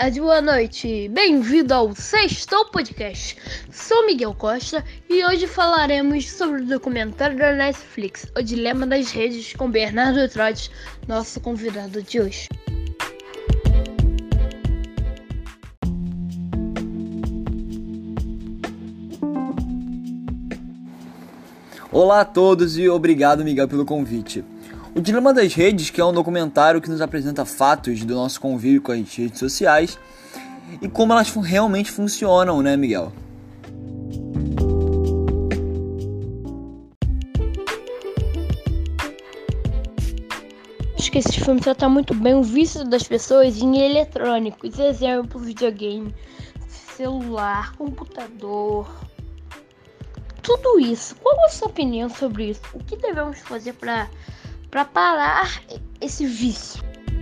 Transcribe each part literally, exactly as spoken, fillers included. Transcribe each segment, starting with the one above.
tarde, boa noite. Bem-vindo ao Sextou Podcast. Sou Miguel Costa e hoje falaremos sobre o documentário da Netflix, O Dilema das Redes, com Bernardo Trotti, nosso convidado de hoje. Olá a todos e obrigado, Miguel, pelo convite. O Dilema das Redes, que é um documentário que nos apresenta fatos do nosso convívio com as redes sociais e como elas realmente funcionam, né, Miguel? Acho que esse filme trata muito bem o vício das pessoas em eletrônicos, exemplo, videogame, celular, computador, tudo isso. Qual a sua opinião sobre isso? O que devemos fazer para para parar esse vício?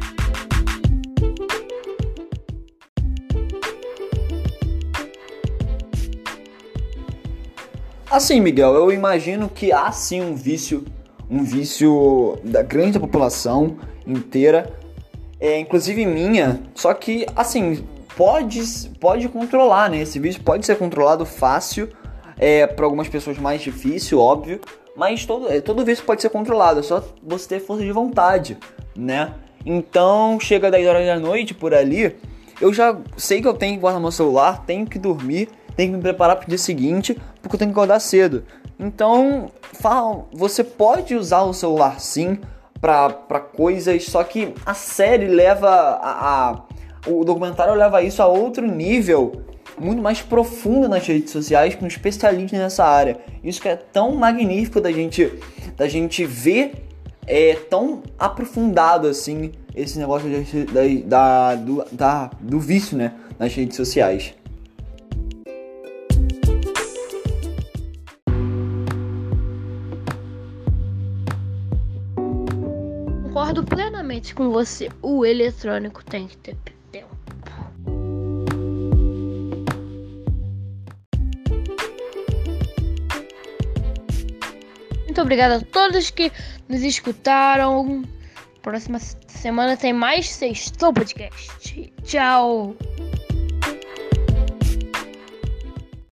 Assim, Miguel, eu imagino que há sim um vício, um vício da grande população inteira, é, inclusive minha, só que, assim, pode, pode controlar, né? Esse vício pode ser controlado fácil, é, para algumas pessoas mais difícil, óbvio, mas todo, todo vício pode ser controlado, é só você ter força de vontade, né? Então, chega dez horas da noite, por ali, eu já sei que eu tenho que guardar meu celular, tenho que dormir, tenho que me preparar pro dia seguinte, porque eu tenho que acordar cedo. Então, fala, você pode usar o celular sim, pra, pra coisas, só que a série leva, a, a, o documentário leva isso a outro nível, muito mais profundo nas redes sociais, com especialistas nessa área. Isso que é tão magnífico da gente, da gente ver, é tão aprofundado assim, esse negócio de, da, da, do, da, do vício, né, nas redes sociais. Concordo plenamente com você. O eletrônico tem que ter tempo. Muito obrigada a todos que nos escutaram. Próxima semana tem mais Sextou Podcast. Tchau!